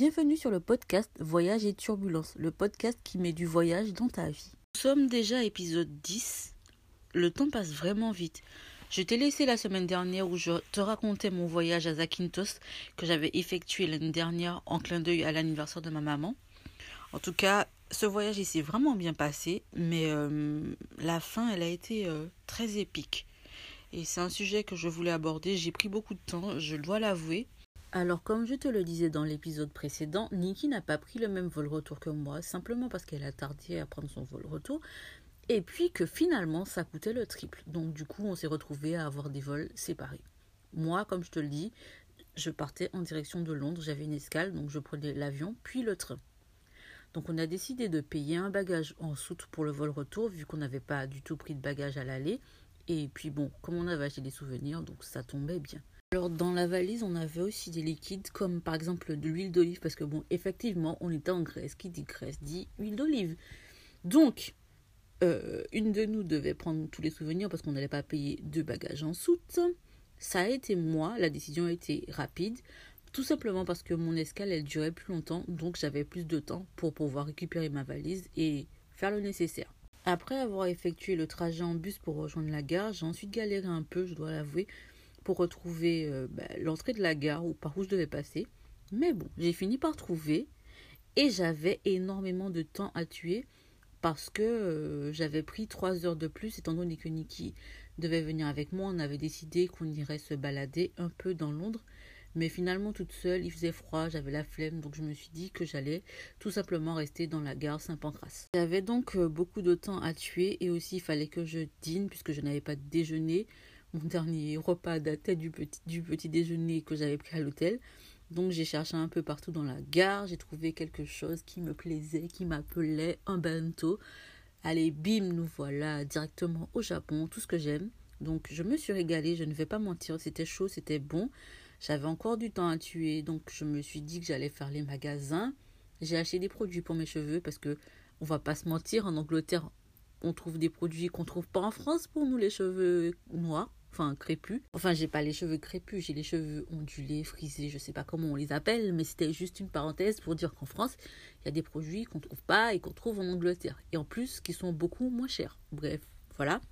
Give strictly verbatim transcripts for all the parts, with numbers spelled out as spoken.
Bienvenue sur le podcast Voyage et Turbulence, le podcast qui met du voyage dans ta vie. Nous sommes déjà à épisode dix, le temps passe vraiment vite. Je t'ai laissé la semaine dernière où je te racontais mon voyage à Zakynthos que j'avais effectué l'année dernière en clin d'œil à l'anniversaire de ma maman. En tout cas, ce voyage il s'est vraiment bien passé, mais euh, la fin elle a été euh, très épique. Et c'est un sujet que je voulais aborder, j'ai pris beaucoup de temps, je dois l'avouer. Alors comme je te le disais dans l'épisode précédent, Niki n'a pas pris le même vol retour que moi, simplement parce qu'elle a tardé à prendre son vol retour, et puis que finalement ça coûtait le triple. Donc du coup on s'est retrouvés à avoir des vols séparés. Moi, comme je te le dis, je partais en direction de Londres, j'avais une escale, donc je prenais l'avion, puis le train. Donc on a décidé de payer un bagage en soute pour le vol retour, vu qu'on n'avait pas du tout pris de bagage à l'aller. Et puis bon, comme on avait acheté des souvenirs, donc ça tombait bien. Alors dans la valise, on avait aussi des liquides comme par exemple de l'huile d'olive parce que bon, effectivement, on était en Grèce. Qui dit Grèce dit huile d'olive. Donc, euh, une de nous devait prendre tous les souvenirs parce qu'on n'allait pas payer deux bagages en soute. Ça a été moi, la décision a été rapide, tout simplement parce que mon escale, elle durait plus longtemps, donc j'avais plus de temps pour pouvoir récupérer ma valise et faire le nécessaire. Après avoir effectué le trajet en bus pour rejoindre la gare, j'ai ensuite galéré un peu, je dois l'avouer, pour retrouver euh, bah, l'entrée de la gare ou par où je devais passer. Mais bon, j'ai fini par trouver et j'avais énormément de temps à tuer parce que euh, j'avais pris trois heures de plus étant donné que Niki devait venir avec moi. On avait décidé qu'on irait se balader un peu dans Londres. Mais finalement toute seule, il faisait froid, j'avais la flemme, donc je me suis dit que j'allais tout simplement rester dans la gare Saint-Pancras. J'avais donc euh, beaucoup de temps à tuer et aussi il fallait que je dîne puisque je n'avais pas de déjeuner. Mon dernier repas datait du petit, du petit déjeuner que j'avais pris à l'hôtel. Donc j'ai cherché un peu partout dans la gare, j'ai trouvé quelque chose qui me plaisait, qui m'appelait un bento. Allez, bim, nous voilà directement au Japon, tout ce que j'aime. Donc je me suis régalée, je ne vais pas mentir, c'était chaud, c'était bon. J'avais encore du temps à tuer, donc je me suis dit que j'allais faire les magasins. J'ai acheté des produits pour mes cheveux parce que, on va pas se mentir, en Angleterre, on trouve des produits qu'on trouve pas en France pour nous, les cheveux noirs, enfin crépus. Enfin, j'ai pas les cheveux crépus, j'ai les cheveux ondulés, frisés, je sais pas comment on les appelle, mais c'était juste une parenthèse pour dire qu'en France, il y a des produits qu'on trouve pas et qu'on trouve en Angleterre. Et en plus, qui sont beaucoup moins chers. Bref, voilà.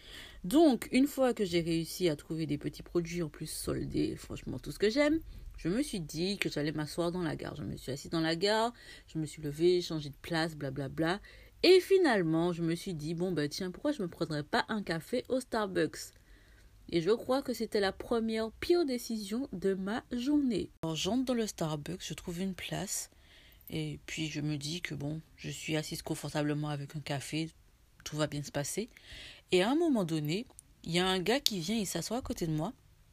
Donc, une fois que j'ai réussi à trouver des petits produits en plus soldés, franchement tout ce que j'aime, je me suis dit que j'allais m'asseoir dans la gare. Je me suis assise dans la gare, je me suis levée, changé de place, blablabla. Et finalement, je me suis dit, bon ben tiens, pourquoi je ne me prendrais pas un café au Starbucks? Et je crois que c'était la première pire décision de ma journée. Alors, j'entre dans le Starbucks, je trouve une place, et puis je me dis que bon, je suis assise confortablement avec un café, tout va bien se passer. Et à un moment donné, il y a un gars qui vient, il s'assoit à côté de moi.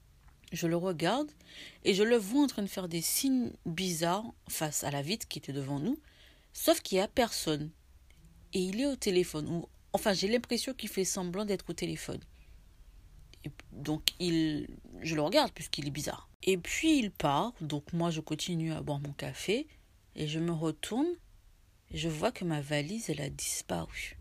Je le regarde et je le vois en train de faire des signes bizarres face à la vitre qui était devant nous. Sauf qu'il n'y a personne. Et il est au téléphone. Ou, enfin, j'ai l'impression qu'il fait semblant d'être au téléphone. Et donc, il, je le regarde puisqu'il est bizarre. Et puis, il part. Donc, moi, je continue à boire mon café. Et je me retourne. Et je vois que ma valise, elle a disparu.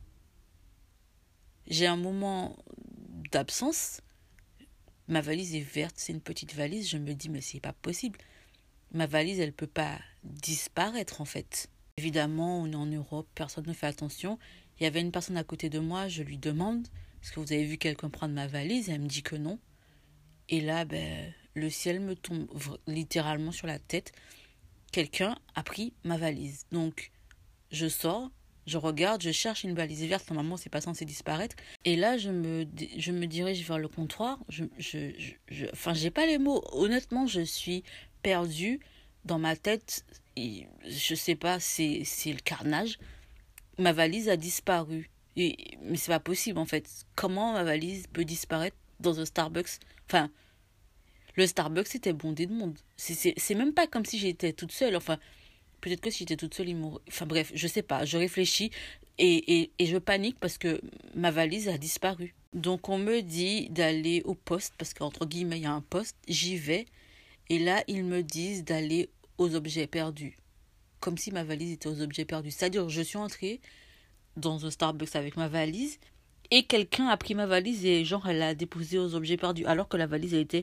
J'ai un moment d'absence. Ma valise est verte, c'est une petite valise. Je me dis, mais c'est pas possible. Ma valise, elle peut pas disparaître en fait. Évidemment, on est en Europe, personne ne fait attention. Il y avait une personne à côté de moi, je lui demande, est-ce que vous avez vu quelqu'un prendre ma valise? Et elle me dit que non. Et là, ben, le ciel me tombe littéralement sur la tête. Quelqu'un a pris ma valise. Donc, je sors. Je regarde, je cherche une valise verte, normalement c'est pas censé disparaître. Et là, je me, je me dirige vers le comptoir. Je, je, je, je, enfin, j'ai pas les mots. Honnêtement, je suis perdue dans ma tête. Et je sais pas, c'est, c'est le carnage. Ma valise a disparu. Et, mais c'est pas possible en fait. Comment ma valise peut disparaître dans un Starbucks? Enfin, le Starbucks était bondé de monde. C'est, c'est, c'est même pas comme si j'étais toute seule. Enfin, peut-être que si j'étais toute seule, il m'aurait... Enfin bref, je sais pas. Je réfléchis et, et, et je panique parce que ma valise a disparu. Donc on me dit d'aller au poste parce qu'entre guillemets, il y a un poste. J'y vais et là, ils me disent d'aller aux objets perdus. Comme si ma valise était aux objets perdus. C'est-à-dire, je suis entrée dans un Starbucks avec ma valise et quelqu'un a pris ma valise et genre, elle l'a déposée aux objets perdus alors que la valise, elle était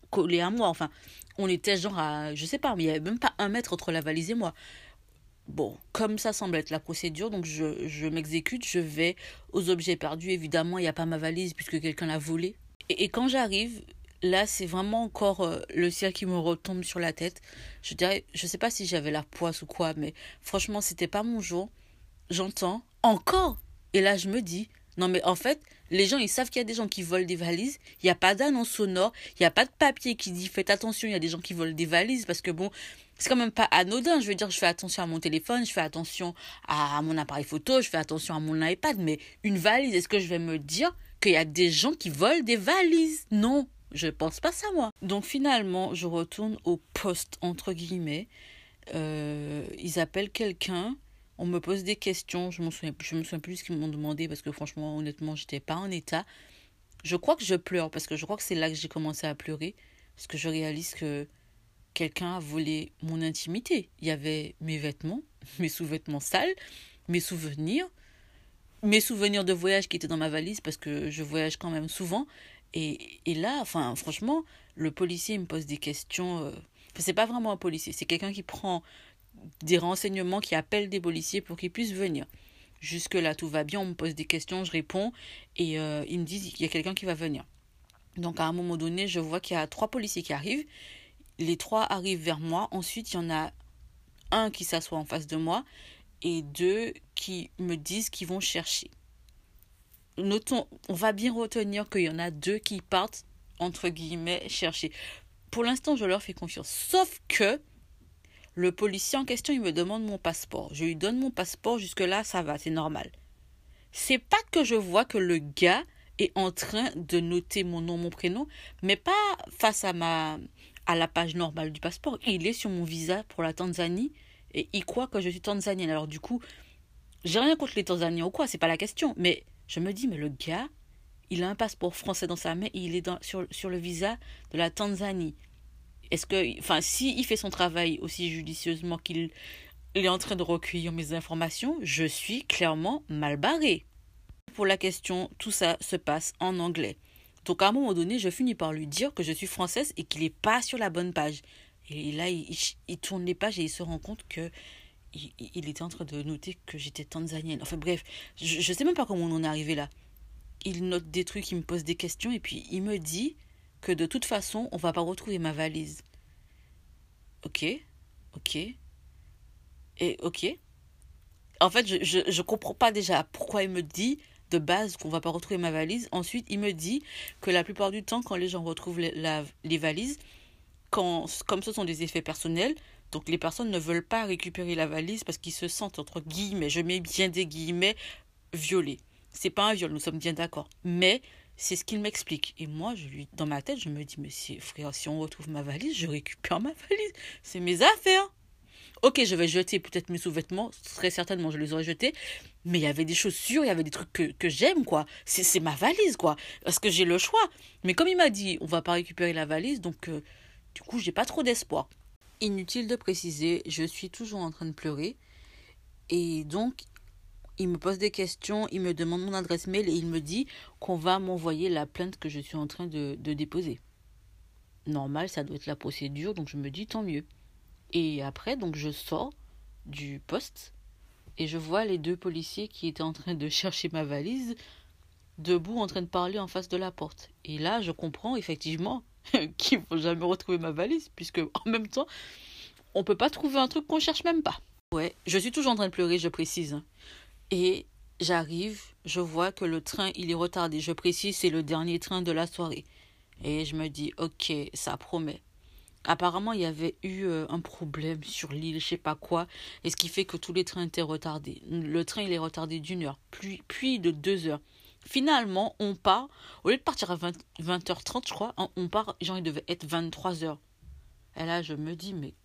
collée à moi. Enfin, on était genre à, je sais pas, mais il n'y avait même pas un mètre entre la valise et moi. Bon, comme ça semble être la procédure, donc je, je m'exécute, je vais aux objets perdus. Évidemment, il n'y a pas ma valise puisque quelqu'un l'a volée. Et, et quand j'arrive, là, c'est vraiment encore euh, le ciel qui me retombe sur la tête. Je dirais, je sais pas si j'avais la poisse ou quoi, mais franchement, c'était pas mon jour. J'entends encore. Et là, je me dis, non mais en fait, les gens, ils savent qu'il y a des gens qui volent des valises. Il n'y a pas d'annonce sonore. Il n'y a pas de papier qui dit, faites attention, il y a des gens qui volent des valises. Parce que bon, c'est quand même pas anodin. Je veux dire, je fais attention à mon téléphone, je fais attention à mon appareil photo, je fais attention à mon iPad. Mais une valise, est-ce que je vais me dire qu'il y a des gens qui volent des valises? Non, je pense pas ça, moi. Donc finalement, je retourne au poste, entre guillemets. Euh, ils appellent quelqu'un. On me pose des questions, je me souviens, je me souviens plus ce qu'ils m'ont demandé parce que franchement, honnêtement, j'étais pas en état. Je crois que je pleure parce que je crois que c'est là que j'ai commencé à pleurer parce que je réalise que quelqu'un a volé mon intimité. Il y avait mes vêtements, mes sous-vêtements sales, mes souvenirs, mes souvenirs de voyage qui étaient dans ma valise parce que je voyage quand même souvent. Et, et là, enfin, franchement, le policier me pose des questions. Euh... Enfin, c'est pas vraiment un policier, c'est quelqu'un qui prend des renseignements, qui appellent des policiers pour qu'ils puissent venir. Jusque-là, tout va bien, on me pose des questions, je réponds, et euh, ils me disent qu'il y a quelqu'un qui va venir. Donc, à un moment donné, je vois qu'il y a trois policiers qui arrivent. Les trois arrivent vers moi. Ensuite, il y en a un qui s'assoit en face de moi et deux qui me disent qu'ils vont chercher. Notons, on va bien retenir qu'il y en a deux qui partent, entre guillemets, chercher. Pour l'instant, je leur fais confiance. Sauf que le policier en question, il me demande mon passeport. Je lui donne mon passeport, jusque-là, ça va, c'est normal. C'est pas que je vois que le gars est en train de noter mon nom, mon prénom, mais pas face à ma à la page normale du passeport. Il est sur mon visa pour la Tanzanie et il croit que je suis tanzanienne. Alors du coup, j'ai rien contre les Tanzaniens ou quoi, c'est pas la question. Mais je me dis, mais le gars, il a un passeport français dans sa main et il est dans, sur, sur le visa de la Tanzanie. Est-ce que, enfin, s'il fait son travail aussi judicieusement qu'il est en train de recueillir mes informations, je suis clairement mal barrée. Pour la question, tout ça se passe en anglais. Donc à un moment donné, je finis par lui dire que je suis française et qu'il n'est pas sur la bonne page. Et là, il, il, il tourne les pages et il se rend compte que il, il était en train de noter que j'étais tanzanienne. Enfin bref, je ne sais même pas comment on en est arrivé là. Il note des trucs, il me pose des questions et puis il me dit que de toute façon, on va pas retrouver ma valise. Ok, ok, et ok. En fait, je, je, je comprends pas déjà pourquoi il me dit de base qu'on va pas retrouver ma valise. Ensuite, il me dit que la plupart du temps, quand les gens retrouvent les, la, les valises, quand, comme ce sont des effets personnels, donc les personnes ne veulent pas récupérer la valise parce qu'ils se sentent, entre guillemets, je mets bien des guillemets, violés. C'est pas un viol, nous sommes bien d'accord. Mais c'est ce qu'il m'explique. Et moi, je lui, dans ma tête, je me dis, mais si, frère, si on retrouve ma valise, je récupère ma valise. C'est mes affaires. Ok, je vais jeter peut-être mes sous-vêtements. Très certainement, je les aurais jetés. Mais il y avait des chaussures, il y avait des trucs que, que j'aime, quoi. C'est, c'est ma valise, quoi. Parce que j'ai le choix. Mais comme il m'a dit, on va pas récupérer la valise, donc euh, du coup, j'ai pas trop d'espoir. Inutile de préciser, je suis toujours en train de pleurer. Et donc, il me pose des questions, il me demande mon adresse mail et il me dit qu'on va m'envoyer la plainte que je suis en train de, de déposer. Normal, ça doit être la procédure, donc je me dis tant mieux. Et après, donc je sors du poste et je vois les deux policiers qui étaient en train de chercher ma valise, debout en train de parler en face de la porte. Et là, je comprends effectivement qu'ils vont jamais retrouver ma valise, puisque en même temps, on peut pas trouver un truc qu'on cherche même pas. Ouais, je suis toujours en train de pleurer, je précise. Et j'arrive, je vois que le train, il est retardé. Je précise, c'est le dernier train de la soirée. Et je me dis, ok, ça promet. Apparemment, il y avait eu euh, un problème sur l'île, je sais pas quoi, et ce qui fait que tous les trains étaient retardés. Le train, il est retardé d'une heure, puis, puis de deux heures. Finalement, on part, au lieu de partir à vingt heures trente, je crois, on part, genre, il devait être vingt-trois heures. Et là, je me dis, mais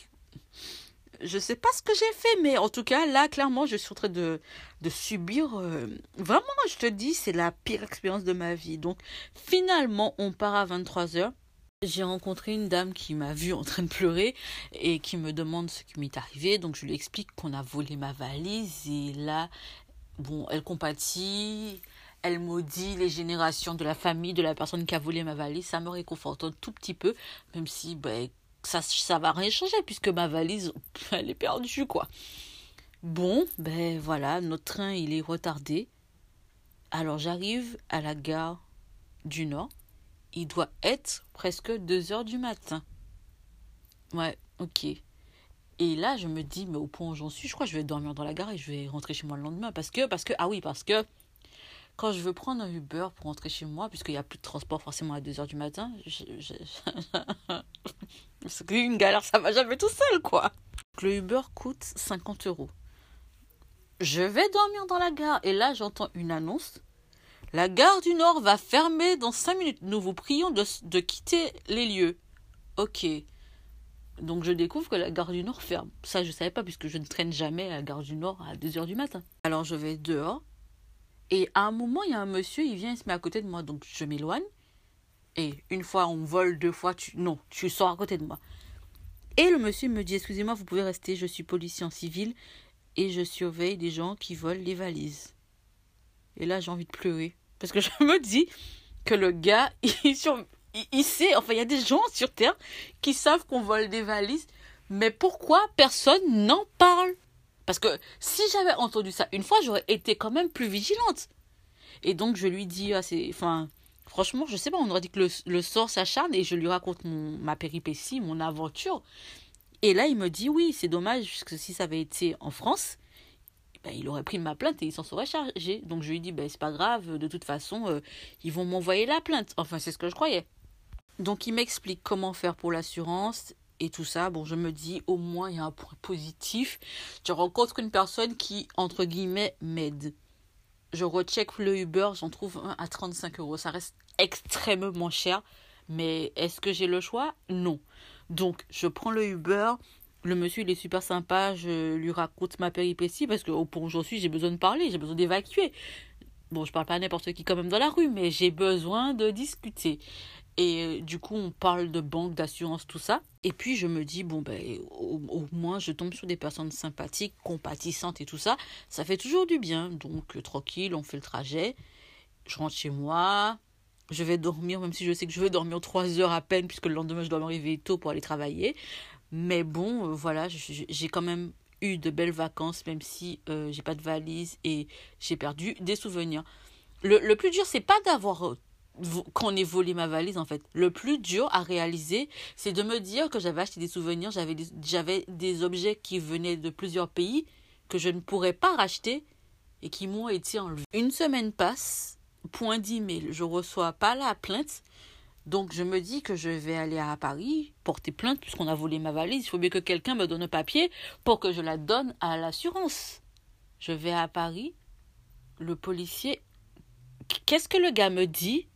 je sais pas ce que j'ai fait, mais en tout cas, là, clairement, je suis en train de, de subir, euh, vraiment, je te dis, c'est la pire expérience de ma vie. Donc, finalement, on part à vingt-trois heures. J'ai rencontré une dame qui m'a vue en train de pleurer et qui me demande ce qui m'est arrivé. Donc, je lui explique qu'on a volé ma valise. Et là, bon, elle compatit. elle maudit les générations de la famille de la personne qui a volé ma valise. Ça me réconforte un tout petit peu, même si ben, ça ça va rien changer puisque ma valise, elle est perdue, quoi. Bon, ben voilà, notre train, il est retardé. Alors j'arrive à la gare du Nord. Il doit être presque deux heures du matin. Ouais, ok. Et là, je me dis, mais au point où j'en suis, je crois que je vais dormir dans la gare et je vais rentrer chez moi le lendemain. Parce que, parce que, ah oui, parce que quand je veux prendre un Uber pour rentrer chez moi, puisqu'il n'y a plus de transport forcément à deux heures du matin, je, je... c'est une galère, ça va jamais tout seul, quoi. Le Uber coûte cinquante euros. Je vais dormir dans la gare. Et là, j'entends une annonce. La gare du Nord va fermer dans cinq minutes. Nous vous prions de, de quitter les lieux. Ok. Donc, je découvre que la gare du Nord ferme. Ça, je ne savais pas puisque je ne traîne jamais à la gare du Nord à deux heures du matin. Alors, je vais dehors. Et à un moment, il y a un monsieur, il vient, il se met à côté de moi. Donc, je m'éloigne. Et une fois, on vole, deux fois, tu... non, tu sors à côté de moi. Et le monsieur me dit, excusez-moi, vous pouvez rester, je suis policier en civil et je surveille des gens qui volent les valises. Et là, j'ai envie de pleurer. Parce que je me dis que le gars, il, sur... il, il sait, enfin, il y a des gens sur Terre qui savent qu'on vole des valises. Mais pourquoi personne n'en parle? Parce que si j'avais entendu ça une fois, j'aurais été quand même plus vigilante. Et donc, je lui dis, ah, c'est, enfin, franchement, je sais pas, on aurait dit que le, le sort s'acharne et je lui raconte mon, ma péripétie, mon aventure. Et là, il me dit, oui, c'est dommage, parce que si ça avait été en France, ben, il aurait pris ma plainte et il s'en serait chargé. Donc, je lui dis, ben, c'est pas grave, de toute façon, euh, ils vont m'envoyer la plainte. Enfin, c'est ce que je croyais. Donc, il m'explique comment faire pour l'assurance et tout ça. Bon, je me dis, au moins, il y a un point positif. Je rencontre une personne qui, entre guillemets, m'aide. Je recheck le Uber, j'en trouve un à trente-cinq euros. Ça reste extrêmement cher. Mais est-ce que j'ai le choix? Non. Donc, je prends le Uber. Le monsieur, il est super sympa. Je lui raconte ma péripétie parce qu'au point où j'en suis, j'ai besoin de parler. J'ai besoin d'évacuer. Bon, je parle pas à n'importe qui quand même dans la rue, mais j'ai besoin de discuter. Et euh, du coup, on parle de banque, d'assurance, tout ça. Et puis, je me dis, bon, ben, au, au moins, je tombe sur des personnes sympathiques, compatissantes et tout ça. Ça fait toujours du bien. Donc, euh, tranquille, on fait le trajet. Je rentre chez moi. Je vais dormir, même si je sais que je vais dormir trois heures à peine, puisque le lendemain, je dois me réveiller tôt pour aller travailler. Mais bon, euh, voilà, j'ai quand même eu de belles vacances, même si euh, j'ai pas de valise et j'ai perdu des souvenirs. Le, le plus dur, c'est pas d'avoir... Euh, qu'on ait volé ma valise, en fait. Le plus dur à réaliser, c'est de me dire que j'avais acheté des souvenirs, j'avais des, j'avais des objets qui venaient de plusieurs pays que je ne pourrais pas racheter et qui m'ont été enlevés. Une semaine passe, point d'email, je reçois pas la plainte, donc je me dis que je vais aller à Paris porter plainte puisqu'on a volé ma valise. Il faut bien que quelqu'un me donne un papier pour que je la donne à l'assurance. Je vais à Paris, le policier, qu'est-ce que le gars me dit?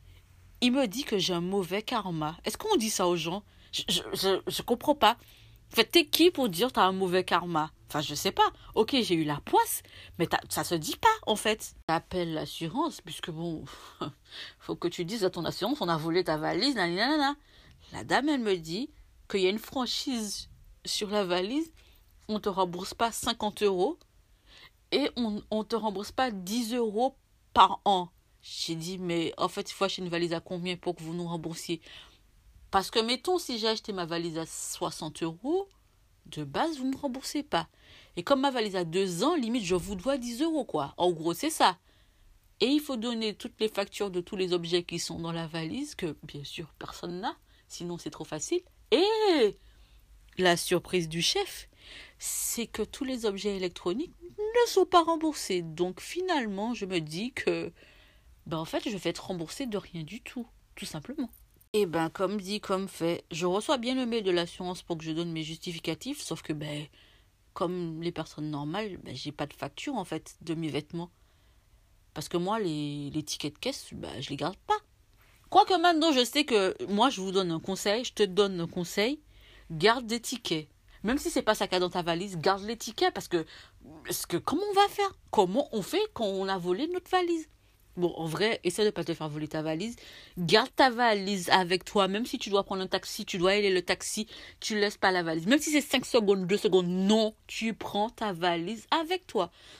Il me dit que j'ai un mauvais karma. Est-ce qu'on dit ça aux gens? Je, je, je, je comprends pas. En fait, t'es qui pour dire t'as un mauvais karma? Enfin, je sais pas. Ok, j'ai eu la poisse, mais ça se dit pas, en fait. T'appelles l'assurance, puisque bon, faut que tu dises à ton assurance, on a volé ta valise, nanana. La dame, elle me dit qu'il y a une franchise sur la valise, on te rembourse pas cinquante euros et on, on te rembourse pas dix euros par an. J'ai dit, mais en fait, il faut acheter une valise à combien pour que vous nous remboursiez? Parce que, mettons, si j'ai acheté ma valise à soixante euros, de base, vous ne me remboursez pas. Et comme ma valise a deux ans, limite, je vous dois dix euros, quoi. En gros, c'est ça. Et il faut donner toutes les factures de tous les objets qui sont dans la valise, que, bien sûr, personne n'a. Sinon, c'est trop facile. Et la surprise du chef, c'est que tous les objets électroniques ne sont pas remboursés. Donc, finalement, je me dis que... Ben en fait, je vais être remboursée de rien du tout, tout simplement. Et ben, comme dit, comme fait, je reçois bien le mail de l'assurance pour que je donne mes justificatifs, sauf que, ben, comme les personnes normales, ben, j'ai pas de facture, en fait, de mes vêtements. Parce que moi, les, les tickets de caisse, ben, je les garde pas. Quoique maintenant, je sais que, moi, je vous donne un conseil, je te donne un conseil, garde des tickets. Même si c'est pas ça qu'il y a dans ta valise, garde les tickets, parce que, parce que comment on va faire? Comment on fait quand on a volé notre valise? Bon, en vrai, essaie de ne pas te faire voler ta valise. Garde ta valise avec toi. Même si tu dois prendre un taxi, tu dois aller le taxi, tu ne laisses pas la valise. Même si c'est cinq secondes, deux secondes, non, tu prends ta valise avec toi.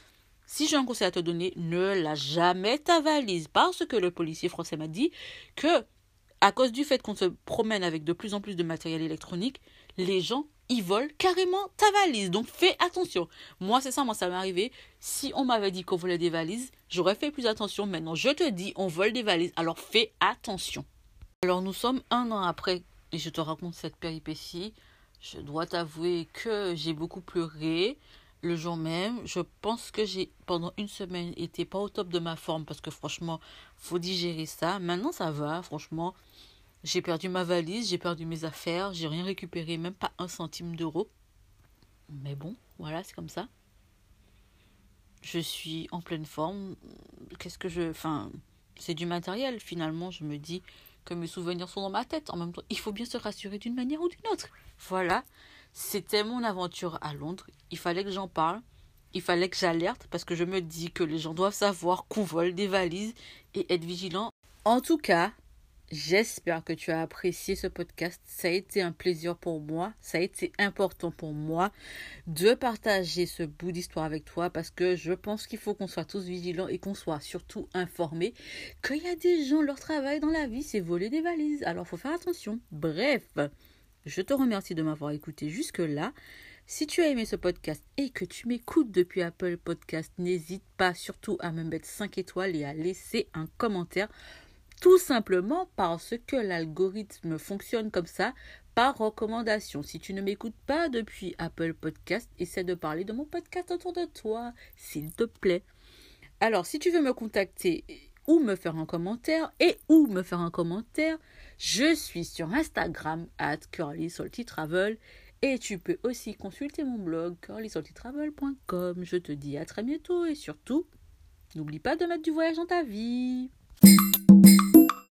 Si j'ai un conseil à te donner, ne lâche jamais ta valise. Parce que le policier français m'a dit que, à cause du fait qu'on se promène avec de plus en plus de matériel électronique, les gens, ils volent carrément ta valise. Donc fais attention. Moi, c'est ça, moi, ça m'est arrivé. Si on m'avait dit qu'on volait des valises, j'aurais fait plus attention. Maintenant, je te dis, on vole des valises. Alors fais attention. Alors nous sommes un an après et je te raconte cette péripétie. Je dois t'avouer que j'ai beaucoup pleuré le jour même. Je pense que j'ai pendant une semaine été pas au top de ma forme parce que franchement, faut digérer ça. Maintenant ça va, franchement. J'ai perdu ma valise, j'ai perdu mes affaires, j'ai rien récupéré, même pas un centime d'euro. Mais bon, voilà, c'est comme ça. Je suis en pleine forme. Qu'est-ce que je... Enfin, c'est du matériel. Finalement, je me dis que mes souvenirs sont dans ma tête. En même temps, il faut bien se rassurer d'une manière ou d'une autre. Voilà. C'était mon aventure à Londres. Il fallait que j'en parle. Il fallait que j'alerte parce que je me dis que les gens doivent savoir qu'on vole des valises et être vigilants. En tout cas, j'espère que tu as apprécié ce podcast. Ça a été un plaisir pour moi. Ça a été important pour moi de partager ce bout d'histoire avec toi parce que je pense qu'il faut qu'on soit tous vigilants et qu'on soit surtout informés qu'il y a des gens, leur travail dans la vie, c'est voler des valises. Alors, il faut faire attention. Bref, je te remercie de m'avoir écouté jusque-là. Si tu as aimé ce podcast et que tu m'écoutes depuis Apple Podcast, n'hésite pas surtout à me mettre cinq étoiles et à laisser un commentaire. Tout simplement parce que l'algorithme fonctionne comme ça, par recommandation. Si tu ne m'écoutes pas depuis Apple Podcast, essaie de parler de mon podcast autour de toi, s'il te plaît. Alors, si tu veux me contacter ou me faire un commentaire, et ou me faire un commentaire, je suis sur Instagram, at curlysaltytravel, et tu peux aussi consulter mon blog, curly salty travel point com. Je te dis à très bientôt, et surtout, n'oublie pas de mettre du voyage dans ta vie.